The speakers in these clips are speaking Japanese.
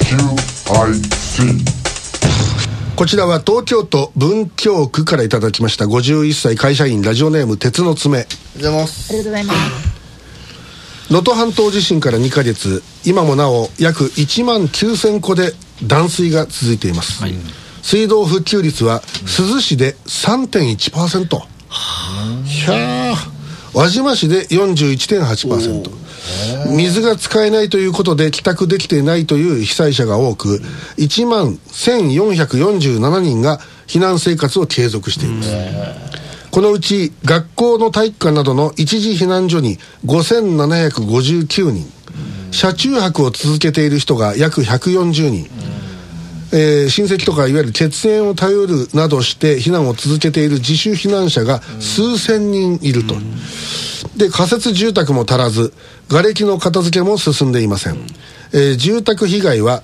こちらは東京都文京区からいただきました51歳会社員ラジオネーム鉄の爪。 ありがとうございます。ありがとうございます。 能登半島地震から2ヶ月、今もなお約1万9000戸で断水が続いています、はい、水道復旧率は珠洲市で 3.1%、いや輪島市で 41.8%、水が使えないということで帰宅できていないという被災者が多く、1万1447人が避難生活を継続しています。このうち学校の体育館などの一時避難所に5759人、車中泊を続けている人が約140人、親戚とかいわゆる血縁を頼るなどして避難を続けている自主避難者が数千人いると。で、仮設住宅も足らず、瓦礫の片付けも進んでいません。住宅被害は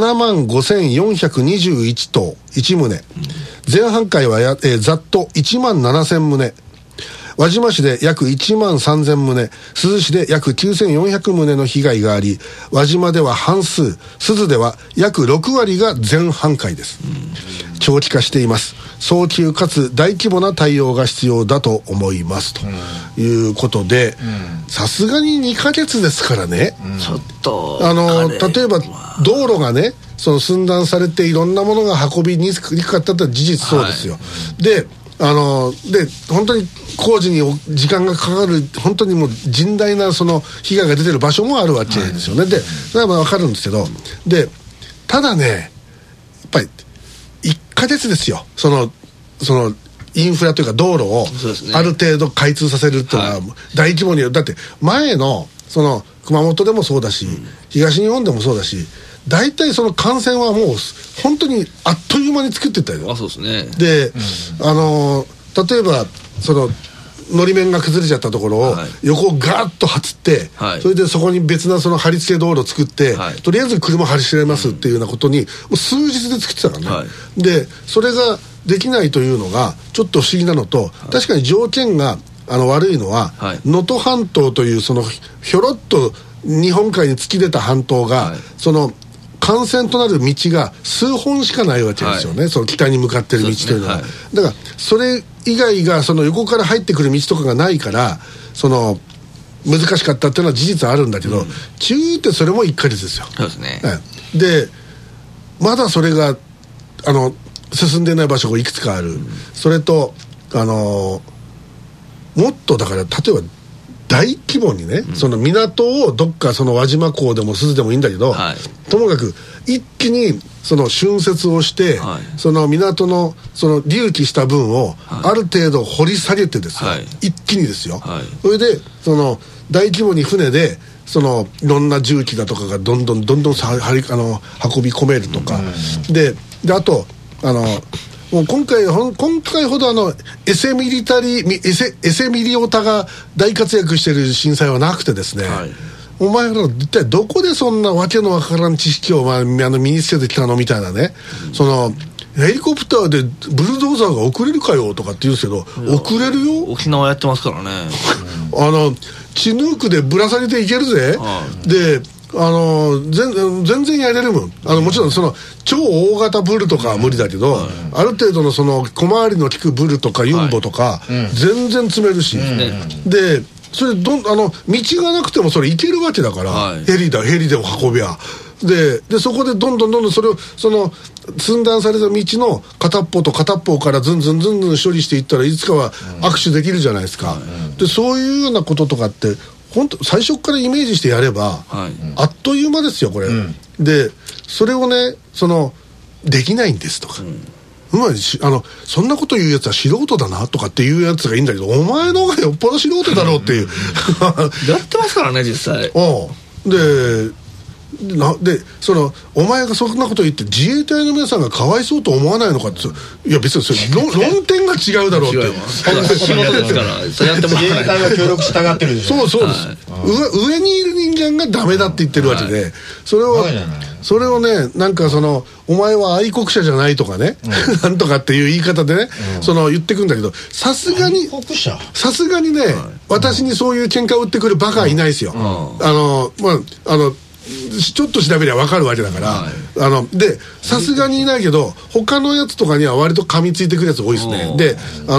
75,421棟1棟、前半壊はざっと1万7000棟、輪島市で約1万3000棟、珠洲市で約9400棟の被害があり、輪島では半数、珠洲では約6割が全半壊です。長期化しています。早急かつ大規模な対応が必要だと思いますということで、さすがに2ヶ月ですからね、 ちょっと例えば道路がね、その寸断されていろんなものが運びにくかったって事実そうですよ、はい、で本当に工事に時間がかかる、本当にもう甚大なその被害が出てる場所もあるわけですよね、はい、でそれは分かるんですけど、でただね、やっぱり1ヶ月ですよ、そのインフラというか道路をある程度開通させるっていうのは大規模に、だって前のその熊本でもそうだし、東日本でもそうだし、大体その幹線はもう本当にあっという間に作ってったよ。 そうですね。 で、例えばそののり面が崩れちゃったところを横をガーッと張って、はい、それでそこに別なその張り付け道路を作って、はい、とりあえず車走れますっていうようなことに、もう数日で作ってたからね、はい、でそれができないというのがちょっと不思議なのと、はい、確かに条件が悪いのは能登、半島というそのひょろっと日本海に突き出た半島が、はい、その幹線となる道が数本しかないわけですよね、はい、その北に向かってる道というのは、はい、だからそれ以外がその横から入ってくる道とかがないから、その難しかったっていうのは事実あるんだけど、中ってそれも1ヶ月ですよ。 そうですね、 はい、でまだそれが進んでない場所がいくつかある、それともっとだから、例えば大規模にね、その港をどっかその輪島港でも珠洲でもいいんだけど、はい、ともかく一気にその浚渫をして、はい、その港のその隆起した分をある程度掘り下げてですよ、はい、一気にですよ、はい、それでその大規模に船でそのいろんな重機だとかがどんどん運び込めるとか、であともう今回ほどエセミリオタが大活躍している震災はなくてですね、はい、お前ら一体どこでそんなわけのわからん知識を身につけてきたのみたいなね、そのヘリコプターでブルドーザーが送れるかよとかって言うんですけど、送れるよ。 沖縄やってますからねチヌークでぶら下げていけるぜ、で全然やれるもん。もちろんその超大型ブルとかは無理だけど、ある程度のその小回りの利くブルとかユンボとか、全然積めるし、でそれ道がなくてもそれ行けるわけだから、ヘリでも運びゃでそこでどんどんそれをその寸断された道の片っぽと片っぽからずんずん処理していったらいつかは握手できるじゃないですか、でそういうようなこととかって本当最初からイメージしてやれば、あっという間ですよこれ、でそれをねできないんですとか、そんなこと言うやつは素人だなとかっていうやつがいいんだけど、お前の方がよっぽど素人だろうっていうやってますからね実際。 でお前がそんなこと言って自衛隊の皆さんがかわいそうと思わないのかって、いや別にそれ論点が違うだろうって仕事ですからそれやってもらわない。 自衛隊が協力したがってるでしょ。 そうです、上にいる人間がダメだって言ってるわけで、それをね、なんかお前は愛国者じゃないとかね、なんとかっていう言い方でね、言ってくんだけど、さすがにね、私にそういう喧嘩を売ってくるバカはいないですよ。 ちょっと調べりゃ分かるわけだから、でさすがにいないけど他のやつとかには割と噛みついてくるやつ多いですね。で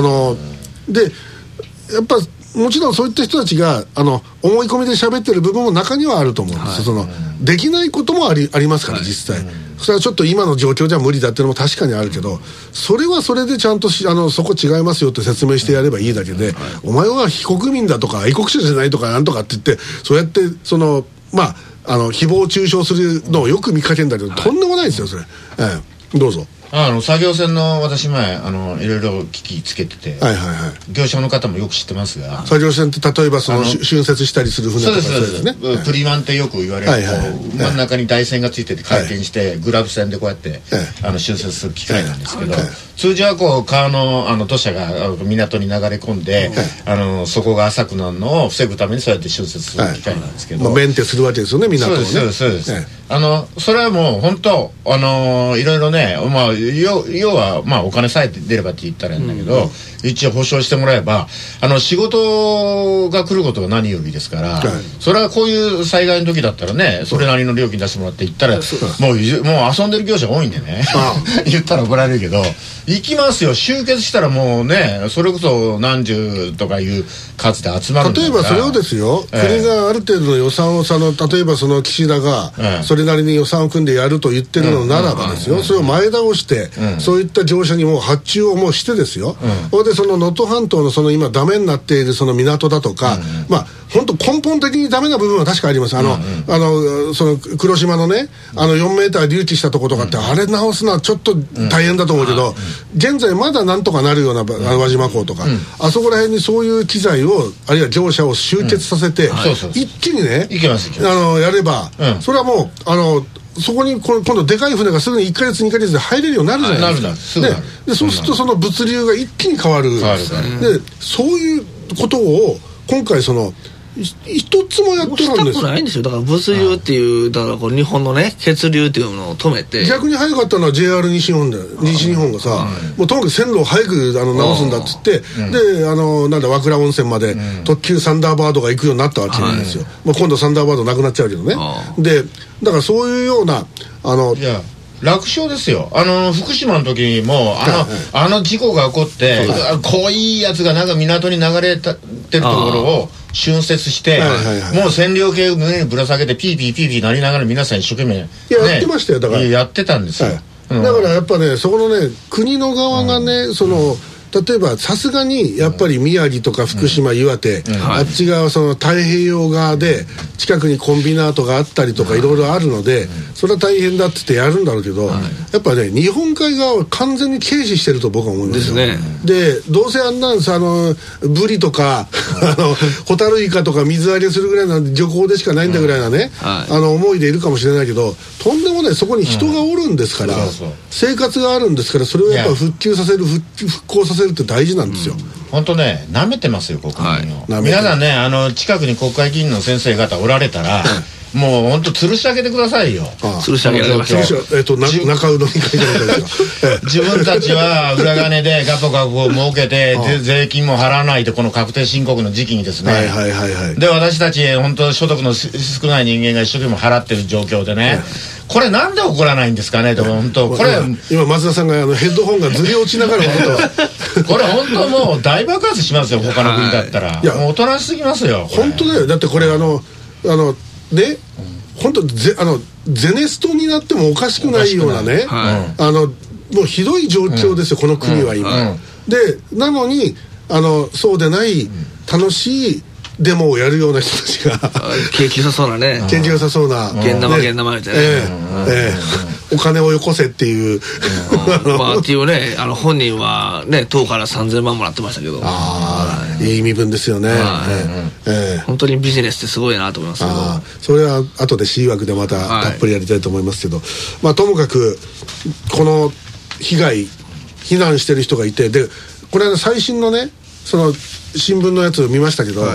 やっぱもちろんそういった人たちが思い込みで喋ってる部分も中にはあると思うんですよ。できないこともありますから、実際それはちょっと今の状況じゃ無理だっていうのも確かにあるけど、それはそれでちゃんとそこ違いますよって説明してやればいいだけで、お前は非国民だとか愛国者じゃないとかなんとかって言って、そうやって誹謗中傷するのをよく見かけるんだけど、とんでもないですよそれ。どうぞ。 作業船の私前いろいろ機器つけてて、業者の方もよく知ってますが、 作業船って例えば春節したりする船とかそうですね。 プリマンってよく言われる、真ん中に台船がついてて回転してグラブ船でこうやって春節する機械なんですけど、通常は川の土砂が港に流れ込んで底が浅くなるのを防ぐためにそうやって春節する機械なんですけど、 メンテするわけですよね、港をね。 そうです。それはもう本当いろいろね、要はお金さえ出ればって言ったらいいんだけど、一応保証してもらえば仕事が来ることが何よりですから、それはこういう災害の時だったらね、それなりの料金出してもらって行ったら、もう遊んでる業者多いんでね言ったら怒られるけど、行きますよ。集結したらもうね、それこそ何十とかいう数で集まるんだから。例えばそれをですよ、国がある程度の予算を例えば岸田がそれなりに予算を組んでやると言ってるのならばですよ、それを前倒して、そういった業者にもう発注をもうしてですよ、それで能登半島の今ダメになっている港だとか、本当根本的にダメな部分は確かあります。黒島のね4メーター隆起したとことかって、あれ直すのはちょっと大変だと思うけど、現在まだなんとかなるような輪島港とか、あそこら辺にそういう機材をあるいは業者を集結させて、一気にねやれば、それはもうそこに今度でかい船がすぐに1ヶ月2ヶ月で入れるようになるじゃないですか。でそうするとその物流が一気に変わる。でそういうことを今回一つもやってるんですよ。 したくないんですよ。だから物流っていう、だから日本のね血流っていうのを止めて、 逆に早かったのは JR 西日本がさ、もうとにかく線路を早く直すんだっつって、でなんだ和倉温泉まで特急サンダーバードが行くようになったわけなんですよ。今度サンダーバードなくなっちゃうけどね。でだからそういうようないや楽勝ですよ。福島の時も事故が起こって、濃いやつがなんか港に流れてるところを浚渫して、もう線量計を胸にぶら下げてピーピーピーピー鳴りながら皆さん一生懸命、 やってましたよ。だからやってたんですよ。 だからやっぱね、そこのね国の側がね、例えばさすがにやっぱり宮城とか福島、岩手、あっち側太平洋側で近くにコンビナートがあったりとかいろいろあるので、それは大変だって言ってやるんだろうけど、やっぱね日本海側は完全に軽視してると僕は思うんですよ。でどうせあんなんさブリとかホタルイカとか水揚げするぐらいの漁港でしかないんだぐらいなね、思いでいるかもしれないけど、とんでもないそこに人がおるんですから、生活があるんですから、それをやっぱ復旧させる復興させるって大事なんですよ。 本当ね、舐めてますよ国民を。皆さんね近くに国会議員の先生方おられたら、もう本当吊るしてあげてくださいよ。 吊るしてあげてください。 中うどんに書いてあるんですか。 自分たちは裏金でガポガポ儲けて税金も払わないと、この確定申告の時期にですね、で私たち本当所得の少ない人間が一生懸命払ってる状況でね、これなんで起こらないんですかねと。本当これ今松田さんがヘッドホンがずり落ちながらこれ本当もう大爆発しますよ他の国だったら。もうおとなしすぎますよ。 本当だよ。だってこれね、本当ゼネストになってもおかしくないようなね、もうひどい状況ですよ、この国は今。でなのにそうでない楽しいデモをやるような人たちが景気良さそうなね、 景気良さそうな現生みたいな、 お金をよこせっていうっていうね、本人はね党から3000万もらってましたけど、 いい身分ですよね。 本当にビジネスってすごいなと思いますけど、 それは後で C 枠でまたたっぷりやりたいと思いますけど、ともかくこの避難してる人がいて、でこれは最新のね新聞のやつを見ましたけど、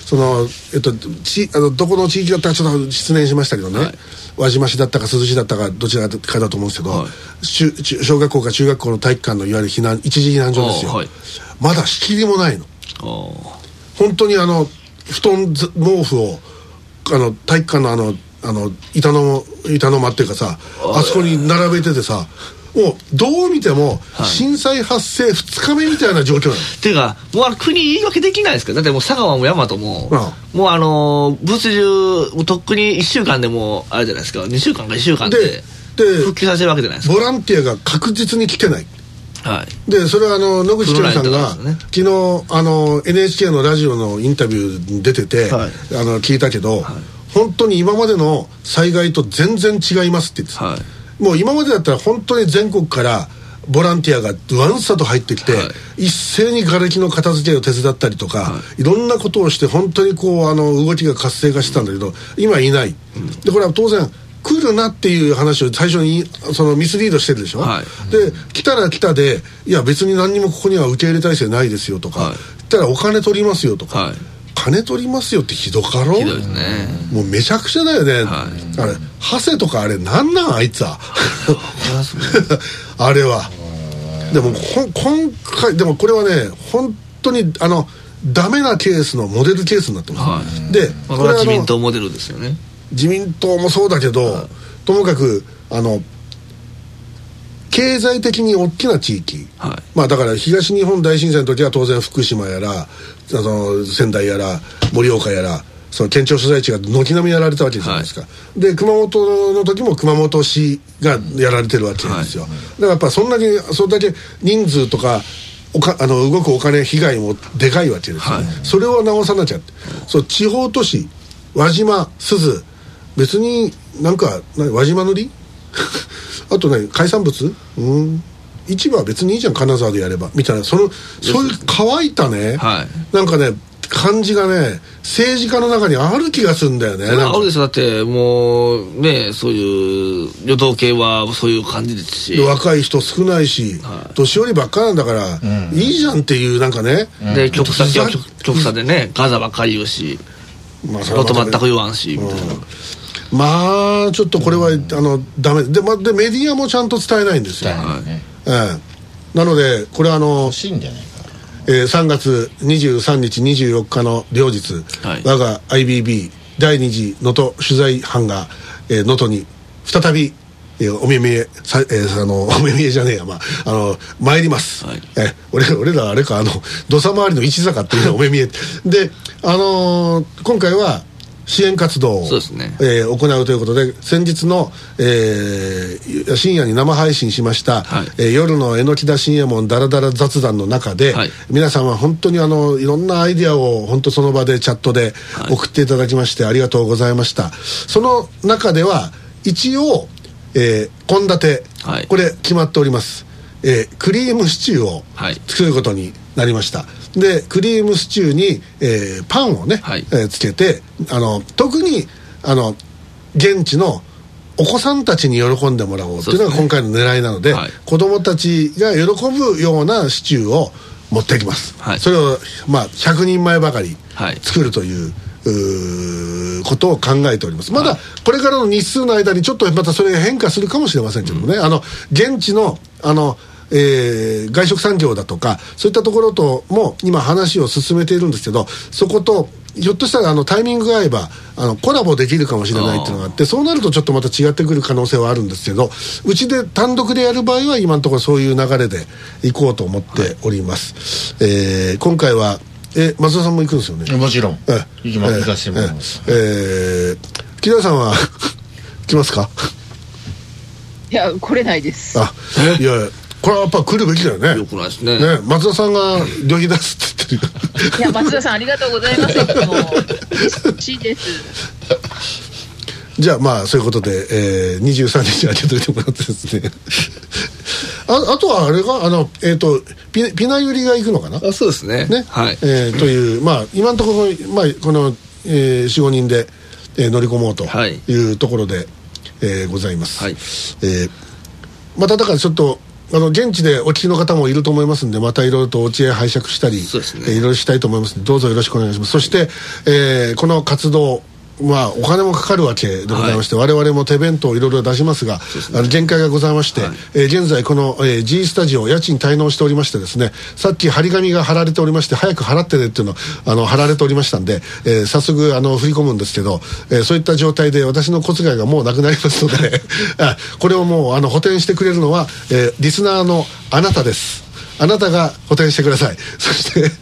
どこの地域だったかちょっと失念しましたけどね、輪島市だったか珠洲市だったかどちらかだと思うんですけど、小学校か中学校の体育館のいわゆる一時避難所ですよ。まだ仕切りもないの。本当に布団毛布を体育館の板の間っていうかさ、あそこに並べててさ、もうどう見ても震災発生2日目みたいな状況なの。 っていうかもう国言い訳できないですけど、だってもう佐川も大和も、もう物流とっくに1週間でもあれじゃないですか、2週間か1週間で復旧させるわけじゃないですか。 ボランティアが確実に来てない、 はい、 でそれは野口健さんが、 ね、 昨日NHK のラジオのインタビューに出てて、はい、聞いたけど、はい、本当に今までの災害と全然違いますって言ってた、はい、もう今までだったら本当に全国からボランティアがわんさと入ってきて、はい、一斉に瓦礫の片付けを手伝ったりとか、はい、いろんなことをして本当にこう動きが活性化してたんだけど、今いない、でこれは当然来るなっていう話を最初にミスリードしてるでしょ、はい、で来たら来たで、いや別に何にもここには受け入れ体制ないですよとか、はい、言ったらお金取りますよとか、はい、金取りますよってひどかろ。 ひどいですね。 もうめちゃくちゃだよね、はい、あれハセとかあれなんなんあいつはあれはでも今回でもこれはね本当にダメなケースのモデルケースになってます、はい、でこれは自民党モデルですよね。 自民党もそうだけど、はい、ともかく経済的に大きな地域、はい、まあだから東日本大震災の時は当然福島やら仙台やら盛岡やらその県庁所在地が軒並みやられたわけじゃないですか、はい、で熊本の時も熊本市がやられてるわけなんですよ、はい、だからやっぱそれだけ人数とか動くお金被害もでかいわけですよ、はい、それを直さなきゃって、そう地方都市輪島珠洲別になんか輪島塗りあとね海産物市場は別にいいじゃん金沢でやればみたいなそういう乾いたね、はい、なんかね感じがね政治家の中にある気がするんだよね。 あるですよ。だってもうねそういう与党系はそういう感じですし、 若い人少ないし、はい、年寄りばっかなんだから、いいじゃんっていうなんかね、 で極左でねガザばっかり言うし、ロト全く言わんしみたいな、 まあちょっとこれはダメでメディアもちゃんと伝えないんですよ、なのでこれ欲しいんじゃないか、 3月23日24日の両日、はい、我が IBB 第2次能登取材班が能登に再びお目見えお目見えじゃねえや、参ります、はい、俺らあれか土佐回りの市坂っていうのお目見えで今回は支援活動を、そうですね、行うということで先日の、深夜に生配信しました、はい、夜の榎田深夜門ダラダラ雑談の中で、はい、皆さんは本当にいろんなアイデアを本当その場でチャットで送っていただきまして、ありがとうございました。その中では一応献立、はい、これ決まっております、クリームシチューを作ることになりました。でクリームシチューに、パンをね、はい、つけて特に現地のお子さんたちに喜んでもらおうっていうのが今回の狙いなので、はい、子どもたちが喜ぶようなシチューを持ってきます、はい、それを100人前ばかり作るという、ことを考えております。まだこれからの日数の間にちょっとまたそれが変化するかもしれませんけどもね、現地の外食産業だとかそういったところとも今話を進めているんですけど、そことひょっとしたらタイミングが合えばコラボできるかもしれないっていうのがあって、そうなるとちょっとまた違ってくる可能性はあるんですけど、うちで単独でやる場合は今のところそういう流れで行こうと思っております、はい、今回は松田さんも行くんですよね。 もちろん行かせてもらいます。 木田さんは来ますか？ いや来れないです。 いやこれはやっぱ来るべきだよね。 よくないですね。 松田さんが旅費出すって言ってる。 いや松田さんありがとうございます。もう嬉しいです。 じゃあそういうことで、23日開けといてもらってですね。あとはあれがピナユリが行くのかな。 そうですね。はい。 という今のところこの4,5 人で、乗り込もうというところで、ございます。はい。まただからちょっと現地でお聞きの方もいると思いますんで、またいろいろとお知恵拝借したり、いろいろしたいと思いますので、どうぞよろしくお願いします。そして、この活動まあ、お金もかかるわけでございまして、我々も手弁当をいろいろ出しますが、限界がございまして、現在この、G スタジオ家賃滞納しておりましてですね、さっき張り紙が貼られておりまして、早く払ってねっていうの貼られておりましたんで、早速振り込むんですけど、そういった状態で私の小遣いがもうなくなりますのでこれをもう補填してくれるのは、リスナーのあなたです。あなたが補填してください。そして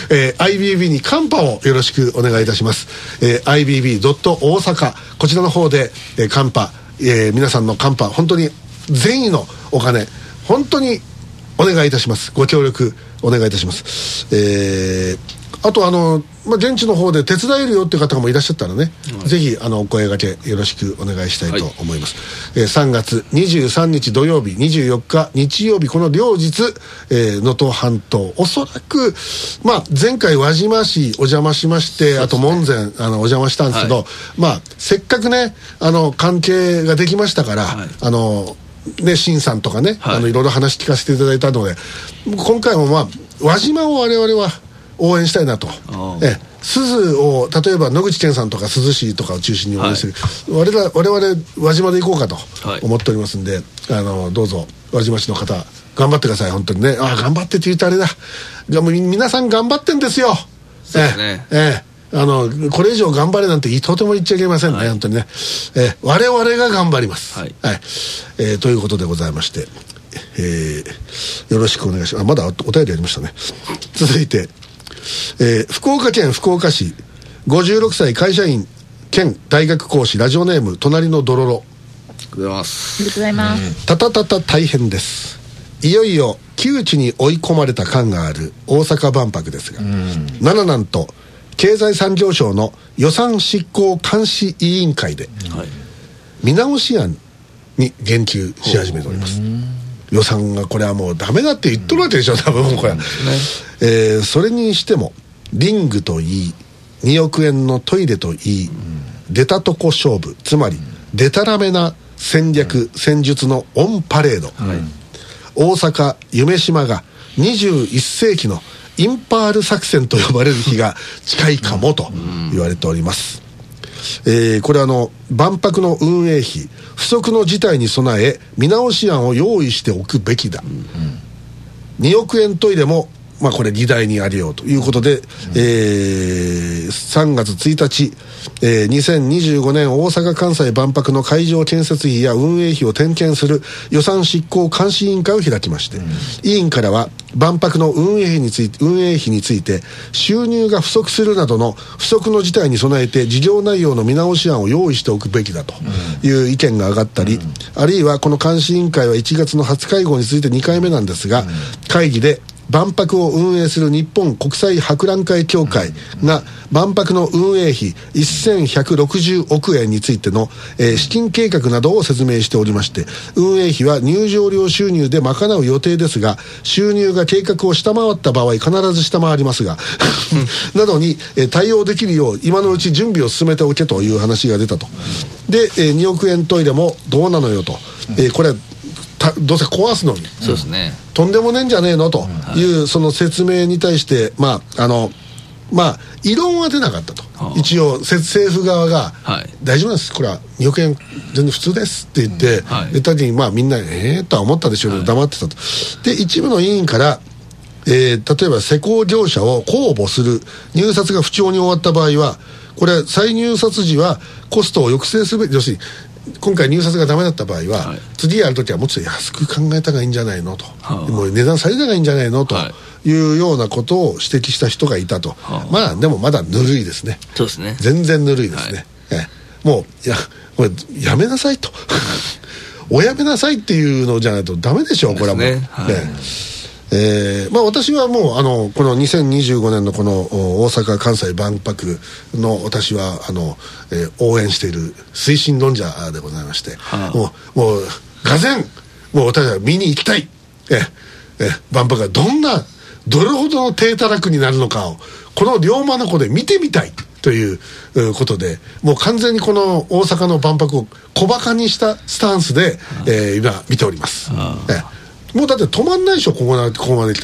IBB にカンパをよろしくお願いいたします。IBB. 大阪、こちらの方で、カンパ、皆さんのカンパ、本当に善意のお金、本当にお願いいたします。ご協力お願いいたします。あと現地の方で手伝えるよっていう方もいらっしゃったらね、ぜひお声掛けよろしくお願いしたいと思います。3月23日土曜日、24日日曜日、この両日能登半島、おそらく前回輪島市お邪魔しまして、あと門前お邪魔したんですけど、せっかくね関係ができましたから、新さんとかね、いろいろ話聞かせていただいたので、今回も輪島を我々は応援したいなと。珠洲を例えば野口健さんとか珠洲市とかを中心に応援してる、我々輪島で行こうかと思っておりますんで、どうぞ輪島市の方頑張ってください。本当にね、頑張ってって言うとあれだ、皆さん頑張ってんですよ。 そうですね。 これ以上頑張れなんてとても言っちゃいけませんね、本当にね。我々が頑張ります。ということでございまして、よろしくお願いします。まだお便りありましたね。続いて福岡県福岡市56歳会社員兼大学講師、ラジオネーム隣のドロロ。 ありがとうございます。 ありがとうございます。 た大変です。いよいよ窮地に追い込まれた感がある大阪万博ですが、なんと経済産業省の予算執行監視委員会で見直し案に言及し始めております。予算がこれはもうダメだって言っとるわけでしょ、多分これ。それにしてもリングといい、2億円のトイレといい、出たとこ勝負、つまりデタラメな戦略、戦術のオンパレード、大阪夢洲が21世紀のインパール作戦と呼ばれる日が近いかもと言われております。これ万博の運営費不測の事態に備え見直し案を用意しておくべきだ、2億円トイレもこれ議題にありようということで、3月1日、2025年大阪・関西万博の会場建設費や運営費を点検する予算執行監視委員会を開きまして、委員からは万博の運営費について収入が不足するなどの不測の事態に備えて事業内容の見直し案を用意しておくべきだという意見が上がったり、あるいはこの監視委員会は1月の初会合について2回目なんですが、会議で万博を運営する日本国際博覧会協会が万博の運営費1160億円についての、資金計画などを説明しておりまして、運営費は入場料収入で賄う予定ですが、収入が計画を下回った場合必ず下回りますがなどに、対応できるよう今のうち準備を進めておけという話が出たと。で、2億円トイレもどうなのよと、これどうせ壊すのにそうですね、 とんでもねえんじゃねえのというその説明に対して異論は出なかったと。一応政府側が大丈夫です、これは2億円全然普通ですって言って言った時にみんなとは思ったでしょうけど黙ってたと。で一部の委員から例えば施工業者を公募する入札が不調に終わった場合は、これ再入札時はコストを抑制すべき、要するに今回入札がダメだった場合は、次やるときはもうちょっと安く考えた方がいいんじゃないのと、もう値段下げた方がいいんじゃないのというようなことを指摘した人がいたと。でもまだぬるいですね。 そうですね、 全然ぬるいですね。もうこれやめなさいとおやめなさいっていうのじゃないとダメでしょう、これはもう。私はもうこの2025年のこの大阪・関西万博の私は応援している推進論者でございまして、もうがぜんもう私は見に行きたい。万博がどれほどの低たらくになるのかをこの龍馬の湖で見てみたいということで、もう完全にこの大阪の万博を小馬鹿にしたスタンスで今見ております。もうだって止まんないでしょ、ここまで来たら。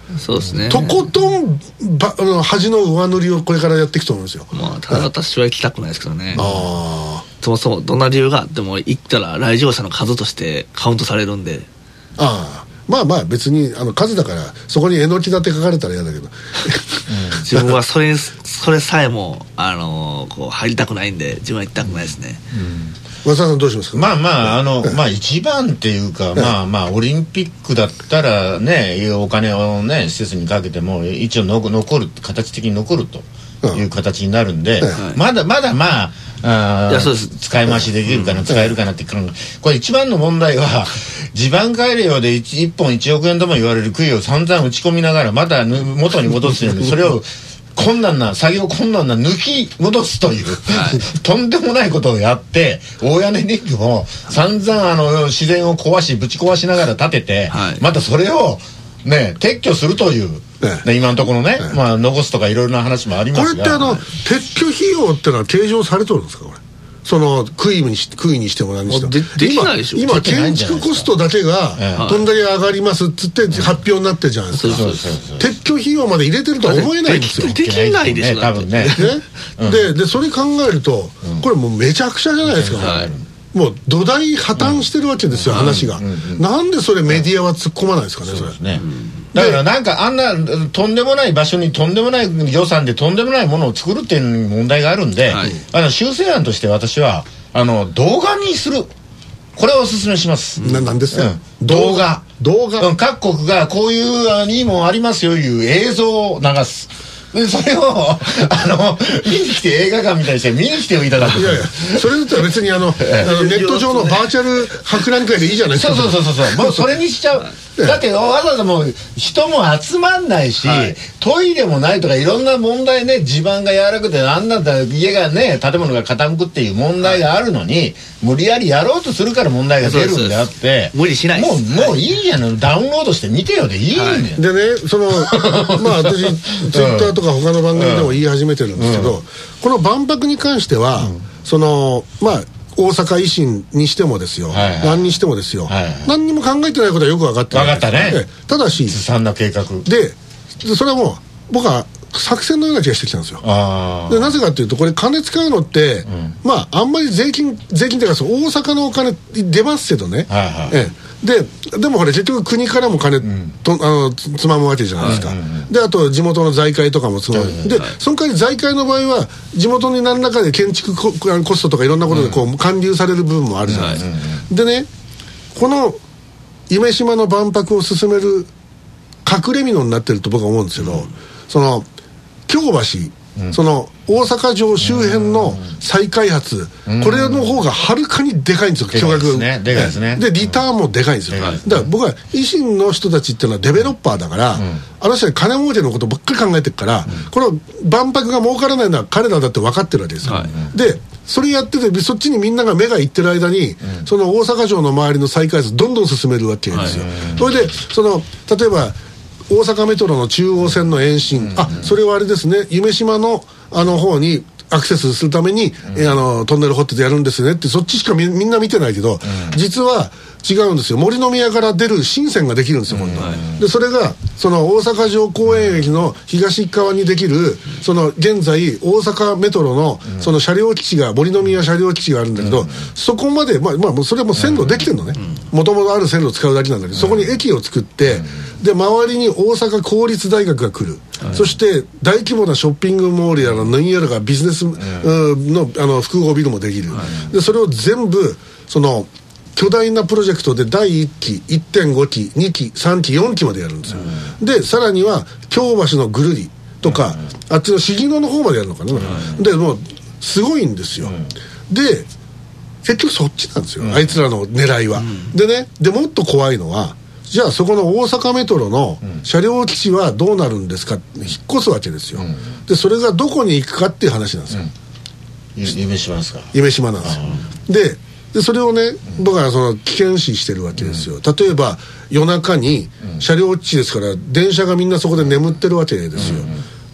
そうですね。 とことん端の上塗りをこれからやっていくと思うんですよ。 まあただ私は行きたくないですけどね。 ああ。 そもそもどんな理由があっても行ったら来場者の数としてカウントされるんで。 ああ。まあまあ別に数だからそこにえのきだって書かれたら嫌だけど、 自分はそれさえもこう入りたくないんで自分は行きたくないですね。 松田さんどうしますか。 まあ一番っていうか、まあオリンピックだったらねお金をね施設にかけても一応残る形的に残るという形になるんで、まだまあ使い回しできるかな、使えるかなってこれ一番の問題は地盤改良で1本1億円とも言われる杭を散々打ち込みながらまた元に戻すようにそれを作業困難な抜き戻すという、とんでもないことをやって大屋根リングを散々自然をぶち壊しながら建てて、またそれをね撤去するという、今のところね、まあ残すとかいろいろな話もありますが、 これって撤去費用ってのは計上されてるんですかこれ。その杭にしても何にしてもできないでしょ。 今建築コストだけがどんだけ上がりますっつって発表になってるじゃないですか。撤去費用まで入れてるとは思えないんですよ。 できないでしょ多分ね。 でそれ考えるとこれもうめちゃくちゃじゃないですか。もう土台破綻してるわけですよ話が。なんでそれメディアは突っ込まないですかねそれ。 だからなんかあんなとんでもない場所にとんでもない予算でとんでもないものを作るっていう問題があるんで、修正案として私は動画にするこれをおすすめします。 なんですか、 動画、各国がこういういいもんありますよいう映像を流す。でそれを見に来て映画館みたいにして見に来ていただく。 いやそれだったら別にネット上のバーチャル博覧会でいいじゃないですか。 そうもうそれにしちゃう。だけどわざわざもう人も集まんないし、トイレもないとかいろんな問題ね、地盤が柔らかくてなんだったら家がね建物が傾くっていう問題があるのに、無理やりやろうとするから問題が出るんであって、 無理しない。 もういいじゃん、ダウンロードして見てよでいいんだよ。 でねまあ私ツイッターとか他の番組でも言い始めてるんですけど、この万博に関してはまあ大阪維新にしてもですよ、何にしてもですよ、何にも考えてないことはよく分かってる。 分かったね。 ただしずさんな計画でそれはもう僕は作戦のような気がしてきたんですよ。でなぜかっていうとこれ金使うのって、まああんまり税金っていうか大阪のお金出ますけどね、でもこれ結局国からも金つまむわけじゃないですか。であと地元の財界とかもつまむ。でその代わり財界の場合は地元に何らかで建築コストとかいろんなことでこう還流される部分もあるじゃないですか。でねこの夢洲の万博を進める隠れ蓑になってると僕は思うんですけど、京橋、大阪城周辺の再開発、これの方がはるかにでかいんですよ、巨額。 でかいですね。 でリターンもでかいんですよ。だから僕は維新の人たちっていうのはデベロッパーだから、あの人は金儲けのことばっかり考えてるから、この万博が儲からないのは彼らだって分かってるわけですよ。でそれやっててそっちにみんなが目がいってる間に、その大阪城の周りの再開発どんどん進めるわけですよ。それで例えば大阪メトロの中央線の延伸、それはあれですね、夢洲の方にアクセスするために、トンネル掘っててやるんですねって、そっちしかみんな見てないけど、実は違うんですよ。森の宮から出る新線ができるんですよ今度。でそれが大阪城公園駅の東側にできる現在大阪メトロの車両基地が森の宮車両基地があるんだけど、そこまでもうそれはもう線路できてるのね。もともとある線路を使うだけなんだけど、そこに駅を作って、で周りに大阪公立大学が来る、そして大規模なショッピングモールやら何やらがビジネスの複合ビルもできる。でそれを全部巨大なプロジェクトで第1期 1.5 期2期3期4期までやるんですよ。でさらには京橋のぐるりとか、あっちの杉野の方までやるのかな。でもうすごいんですよ。で結局そっちなんですよ、あいつらの狙いは。でね、もっと怖いのは、じゃあそこの大阪メトロの車両基地はどうなるんですかって引っ越すわけですよ。でそれがどこに行くかっていう話なんですよ。 夢洲ですか。 夢洲なんですよ。でそれをね、僕は危険視してるわけですよ。例えば夜中に車両基地ですから電車がみんなそこで眠ってるわけですよ。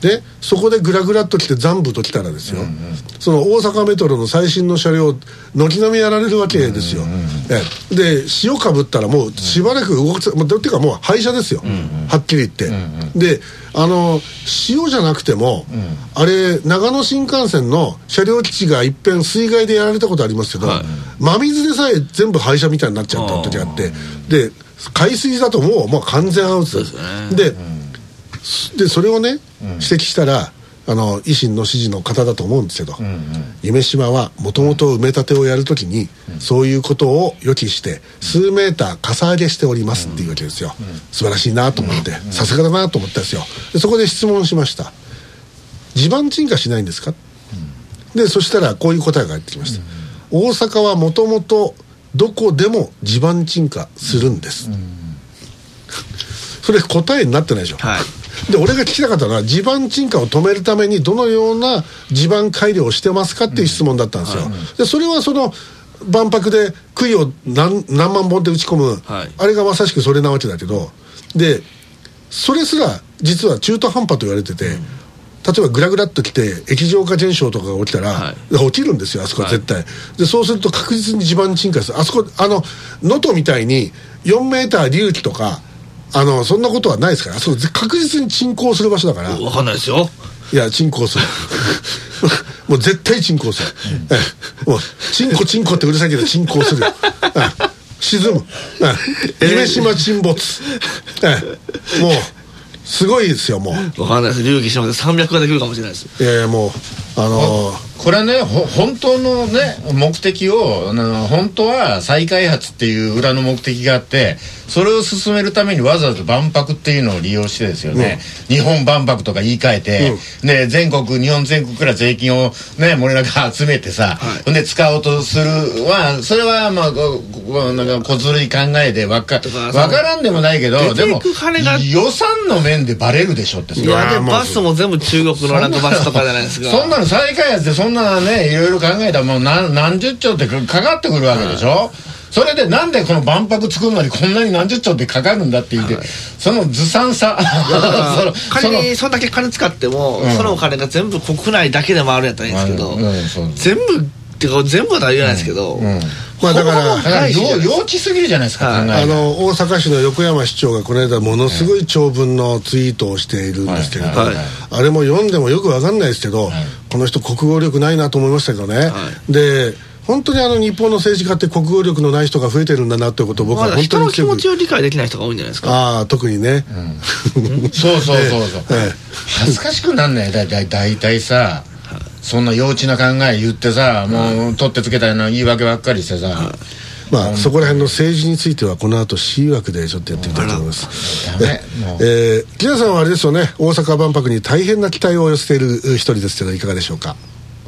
でそこでグラグラっと来て残部と来たらですよ、その大阪メトロの最新の車両軒並みやられるわけですよ、で塩かぶったらもうしばらく動かせ、っていうかもう廃車ですよ、はっきり言って、で塩じゃなくても、あれ長野新幹線の車両基地が一遍水害でやられたことありますけど、真水でさえ全部廃車みたいになっちゃった時があって、で海水だともう完全アウトですでそれをね、指摘したら維新の支持の方だと思うんですけど、夢洲はもともと埋め立てをやるときに、そういうことを予期して数メーターかさ上げしておりますっていうわけですよ、素晴らしいなと思って、さすがだなと思ったんですよ。でそこで質問しました。地盤沈下しないんですか、でそしたらこういう答えが返ってきました、大阪はもともとどこでも地盤沈下するんです、それ答えになってないでしょ、で俺が聞きたかったのは地盤沈下を止めるためにどのような地盤改良をしてますかっていう質問だったんですよ、でそれはその万博で杭を何万本って打ち込む、あれがまさしくそれなわけだけど、でそれすら実は中途半端と言われてて、例えばグラグラっと来て液状化現象とかが起きたら、起きるんですよあそこは絶対、でそうすると確実に地盤沈下する。あそこ能登みたいに4メーター隆起とかそんなことはないですから、あそこ確実に沈降する場所だから。 分かんないですよ。 いや沈降するもう絶対沈降する、もうチンコチンコってうるさいけど沈降するよ、沈む、夢洲沈没、もうすごいですよ。もう分かんないです。隆起してます300ができるかもしれないです。 いやいやもうこれはね本当のね目的を本当は再開発っていう裏の目的があって、それを進めるためにわざわざ万博っていうのを利用してですよね、日本万博とか言い換えて、で日本全国から税金をね森永集めてさ、で使おうとするはそれはなんか小ずるい考えでわからんでもないけど、でも予算の面でバレるでしょって。 いやでバスも全部中国のなんかバスとかじゃないですか。 そんなの再開発でそんなねいろいろ考えたらもう何十兆ってかかってくるわけでしょ、それでなんでこの万博作るのにこんなに何十兆ってかかるんだっていう、そのずさんさ仮にそんだけ金使っても、そのお金が全部国内だけで回るんやったらいいんですけど、全部ってか全部とは言えないですけど、 だから幼稚すぎるじゃないですか、 大阪市の横山市長がこの間ものすごい長文のツイートをしているんですけれど、あれも読んでもよく分かんないですけど、この人国語力ないなと思いましたけどね、で本当に日本の政治家って国語力のない人が増えてるんだなということを僕は本当に人の気持ちを理解できない人が多いんじゃないですか。 ああ特にね、 そう恥ずかしくなんないだいたいさ、そんな幼稚な考え言ってさ、もう取ってつけたような言い訳ばっかりしてさ、 そこら辺の政治についてはこの後 C 枠でちょっとやってみたいと思います。木田さんはあれですよね、大阪万博に大変な期待を寄せている一人ですけどいかがでしょうか。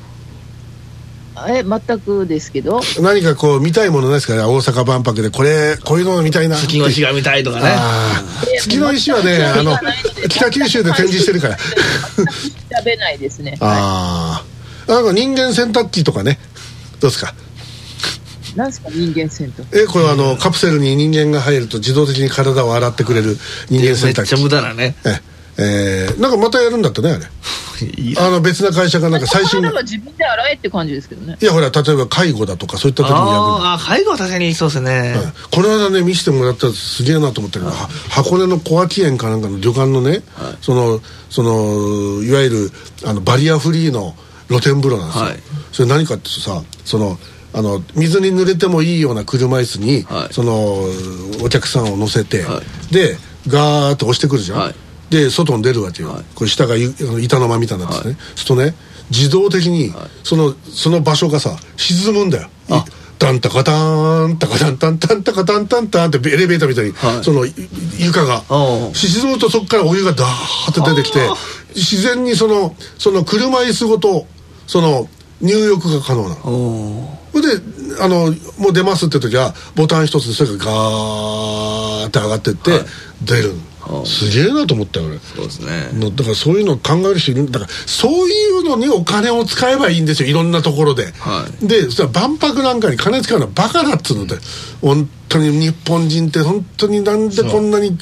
全くですけど、 何かこう見たいものないですかね、大阪万博でこういうの見たいな。 月の石が見たいとかね。 月の石はね北九州で展示してるから食べないですね。 なんか人間洗濯機とかね、どうですか。 なんですか人間洗濯機。 これはカプセルに人間が入ると自動的に体を洗ってくれる人間洗濯機。 めっちゃ無駄なね。 なんかまたやるんだってね、あれ別な会社がなんか最新の自分で洗えって感じですけどね。 いやほら例えば介護だとかそういった時にやる。 介護は確かにそうですね、 この間ね見せてもらったらすげえなと思ったけど、箱根の小涌園かなんかの旅館のね、そのいわゆるバリアフリーの露天風呂なんですよ、それ何かってさ、水に濡れてもいいような車椅子に、そのお客さんを乗せて、でガーッと押してくるじゃん、で外に出るわけよ、これ下が板の間みたいなんですね、するとね自動的にその場所がさ沈むんだよ。タンタカターンタカタンタンタンタカタンタンタンってエレベーターみたいに、その床が沈むとそこからお湯がダーッと出てきて、自然にその車椅子ごとその入浴が可能なの。それでもう出ますって時はボタン一つでそれがガーって上がってって出る。すげえなと思ったよ俺。 そうですね。 だからそういうのを考える人いるんだから、そういうのにお金を使えばいいんですよ、いろんなところで、でそれは万博なんかに金使うのはバカだっつうので、本当に日本人って本当になんでこんなに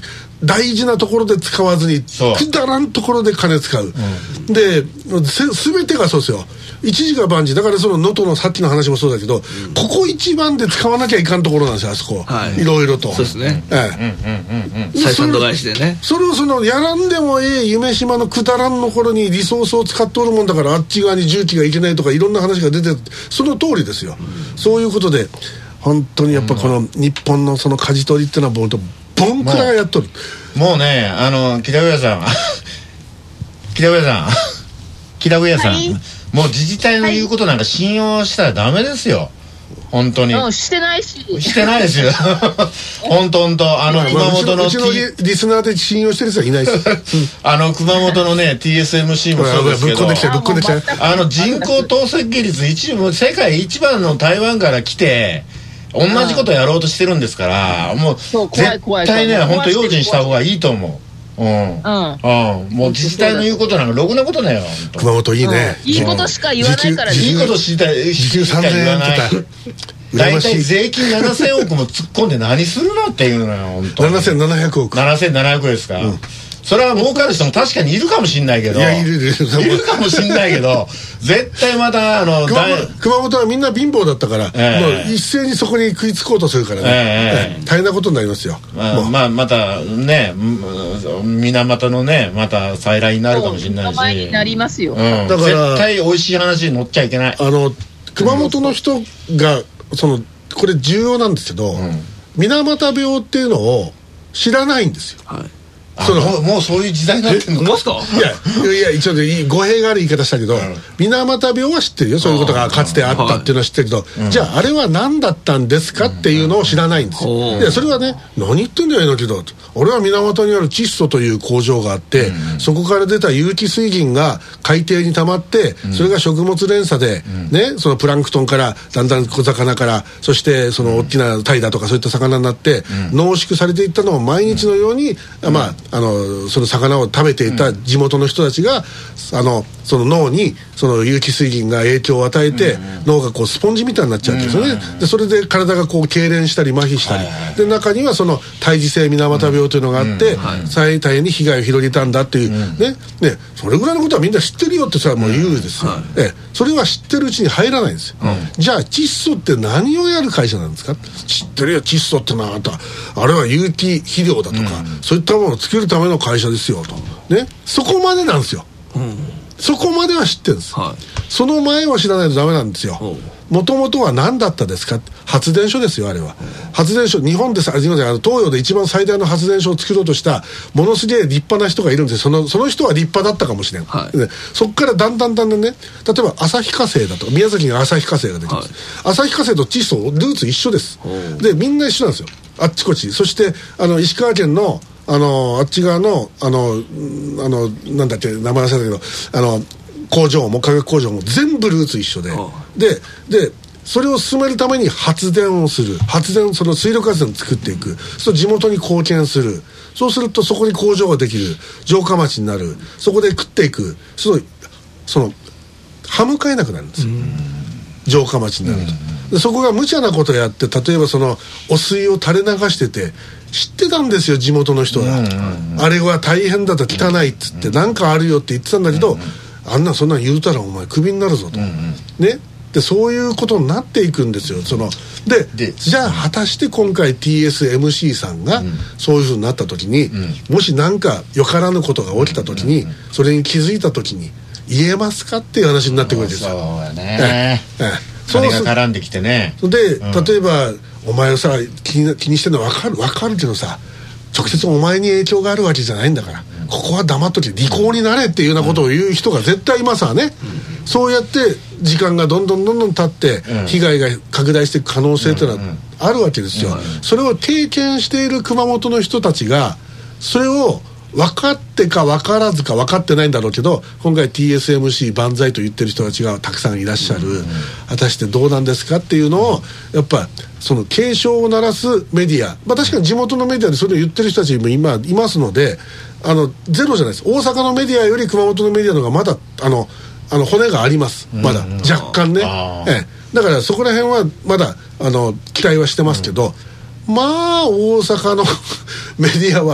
大事なところで使わずにくだらんところで金使う、で全てがそうですよ。一時が万事だから、その能登のさっきの話もそうだけど、ここ一番で使わなきゃいかんところなんですよ、あそこ、いろいろと。 そうですね、採算度外視でね。 それをそのやらんでも夢島のくだらんの頃にリソースを使っておるもんだから、あっち側に重機がいけないとかいろんな話が出て、その通りですよ、そういうことで本当にやっぱこの日本のその舵取りっていうのはボンクラがやっとる。 もうね、北上さん北上さん、はい、もう自治体の言うことなんか信用したらダメですよ、本当に。 してないし。 してないですよ本当熊本のうちのリスナーで信用してる人はいないです熊本のね TSMC もそうですけど、 ぶっこんできちゃう人口透析率世界一番の台湾から来て同じことやろうとしてるんですから、もう絶対ね本当用心した方がいいと思う。もう自治体の言うことなんかろくなことないよ。 熊本いいね、 いいことしか言わないからね。 いいことしか言わない。大体税金7000億も突っ込んで何するのっていうのよ、本当。 7700億 7700億ですか。それは儲かる人も確かにいるかもしんないけど、いるかもしんないけど絶対また熊本はみんな貧乏だったから、もう一斉にそこに食いつこうとするからね、大変なことになりますよ。 またね、水俣のねまた再来になるかもしれないし、 前になりますよ、 だから絶対美味しい話に乗っちゃいけない。 熊本の人がこれ重要なんですけど、水俣病っていうのを知らないんですよ。 もうそういう時代になってんのますか。 いや一応語弊がある言い方したけど、水俣病は知ってるよ、そういうことがかつてあったっていうのは知ってるけど、じゃああれは何だったんですかっていうのを知らないんですよ。いやそれはね、何言ってんだよえのけど、俺は水俣にある窒素という工場があって、そこから出た有機水銀が海底に溜まって、それが食物連鎖でね、そのプランクトンからだんだん小魚から、そしてその大きなタイだとかそういった魚になって濃縮されていったのを毎日のようにその魚を食べていた地元の人たちが、その脳にその有機水銀が影響を与えて、脳がこうスポンジみたいになっちゃうんですよね。でそれで体がこう痙攣したり麻痺したり、で中にはその胎児性水俣病というのがあって、大変に被害を広げたんだっていうね、それぐらいのことはみんな知ってるよってそれはもう言うですよ。それは知ってるうちに入らないんですよ。じゃあ窒素って何をやる会社なんですか。知ってるよ、窒素ってのはあれは有機肥料だとか、そういったものを作るための会社ですよとね、そこまでなんですよ。そこまでは知ってるんです、その前は知らないとダメなんですよ。もともとは何だったですか。発電所ですよ、あれは。発電所、日本で東洋で一番最大の発電所を作ろうとしたものすげえ立派な人がいるんですよ。その人は立派だったかもしれん、そこからだんだんね、例えば旭化成だとか、宮崎に旭化成ができます、旭化成と窒素ルーツ一緒です。でみんな一緒なんですよ、あっちこっち。そして石川県のあっち側のなんだっけ名前忘れたけど工場も化学工場も全部ルーツ一緒で、でそれを進めるために発電をする、その水力発電を作っていく、そう地元に貢献する、そうするとそこに工場ができる、城下町になる、そこで食っていく、その歯向かえなくなるんですよ、城下町になると。でそこが無茶なことをやって、例えばその汚水を垂れ流してて、知ってたんですよ地元の人が、あれは大変だと汚いっつって、なんかあるよって言ってたんだけど、そんなん言うたらお前クビになるぞと、ね。でそういうことになっていくんですよ。でじゃあ果たして今回 TSMC さんがそういうふうになった時に、もし何かよからぬことが起きた時に、それに気づいた時に言えますかっていう話になってくるんですよ。 そうやね。金が絡んできてね。 で例えばお前をさ気にしてるのは分かるけどさ、直接お前に影響があるわけじゃないんだから、ここは黙っとけ、利口になれっていうようなことを言う人が絶対いますわね。そうやって時間がどんどん経って被害が拡大していく可能性というのはあるわけですよ。それを経験している熊本の人たちがそれを分かってか分からずか分かってないんだろうけど、今回 TSMC 万歳と言ってる人たちがたくさんいらっしゃる、果たしてどうなんですかっていうのをやっぱその警鐘を鳴らすメディア、確かに地元のメディアでそれを言ってる人たちも今いますので、ゼロじゃないです。大阪のメディアより熊本のメディアの方がまだ骨があります、まだ若干ね。だからそこら辺はまだ期待はしてますけど、まあ大阪のメディアは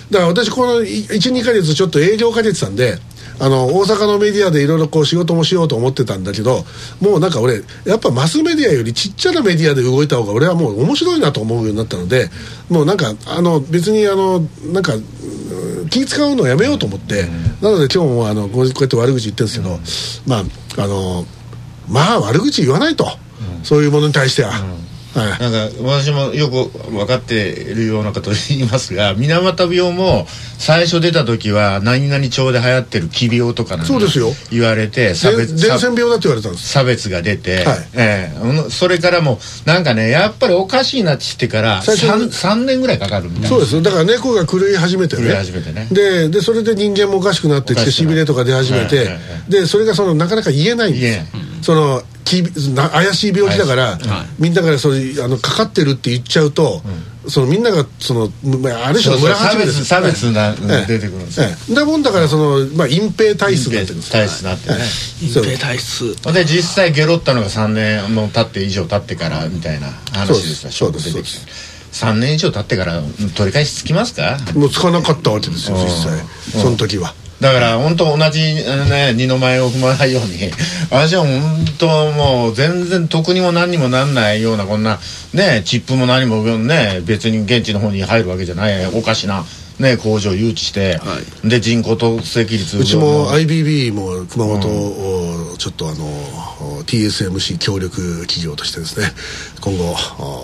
だから私この 1,2 ヶ月ちょっと営業かけてたんで、大阪のメディアでいろいろこう仕事もしようと思ってたんだけど、もうなんか俺やっぱマスメディアよりちっちゃなメディアで動いた方が俺はもう面白いなと思うようになったので、もうなんか別になんか気使うのをやめようと思って、なので今日もこうやって悪口言ってるんですけど、まあ悪口言わないと、そういうものに対しては。 なんか私もよく分かっているようなことを言いますが、水俣病も最初出た時は何々町で流行ってる奇病とかなんか言われて、 伝染病だって言われたんです。 差別が出て、それからもなんかね、やっぱりおかしいなって知ってから3年ぐらいかかるみたいな。 そうです。だから猫が狂い始めてね、でそれで人間もおかしくなってきて、しびれとか出始めて、でそれがなかなか言えないんです。怪しい病気だから、みんなからかかってるって言っちゃうと、みんながある種の村八分です。 差別が出てくるんですよ。 だもんだから隠蔽体質になってるんです。 体質になってね。 隠蔽体質で実際ゲロったのが3年も以上経ってからみたいな話ですよ。 そうです。 3年以上経ってから取り返しつきますか？ もうつかなかったわけですよ、実際その時は。 だから本当同じ二の舞を踏まないように、私は本当もう全然得にも何にもなんないような、こんなねチップも何もね別に現地の方に入るわけじゃないおかしなね工場を誘致して、で人口透析率、 うちも IBB も熊本をちょっとTSMC 協力企業としてですね、今後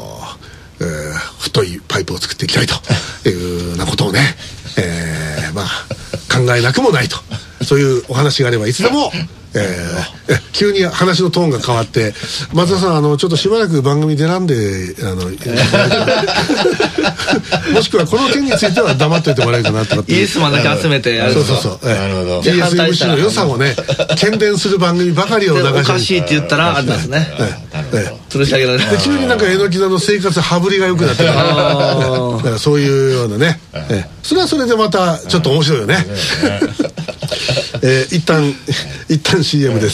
太いパイプを作っていきたいというようなことをね、考えなくもないと、そういうお話があればいつでも、急に話のトーンが変わって、松田さんちょっとしばらく番組出らんでもしくはこの件については黙っといてもらえるかなと思って、 イエスマンだけ集めてやる。 そう TSMC の良さをね喧伝する番組ばかりを流して、 おかしいって言ったらあれですね、吊るし上げられる。 急になんか榎木田の生活羽振りが良くなってだからそういうようなね、それはそれでまたちょっと面白いよね。一旦 CM です。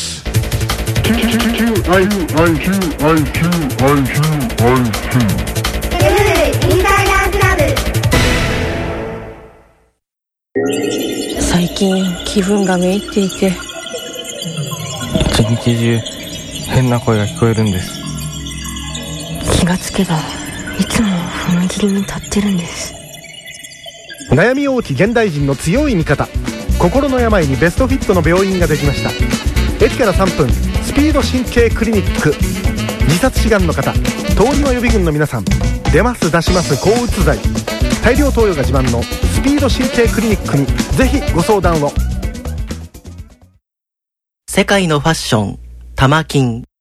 最近気分がめいっていて、 一日中変な声が聞こえるんです。 気がつけばいつも踏切に立ってるんです。 悩み多き現代人の強い味方、心の病にベストフィットの病院ができました。駅から3分、スピード神経クリニック。自殺志願の方、通り魔予備軍の皆さん、出ます出します抗うつ剤、大量投与が自慢のスピード神経クリニックにぜひご相談を。 世界のファッション、玉金。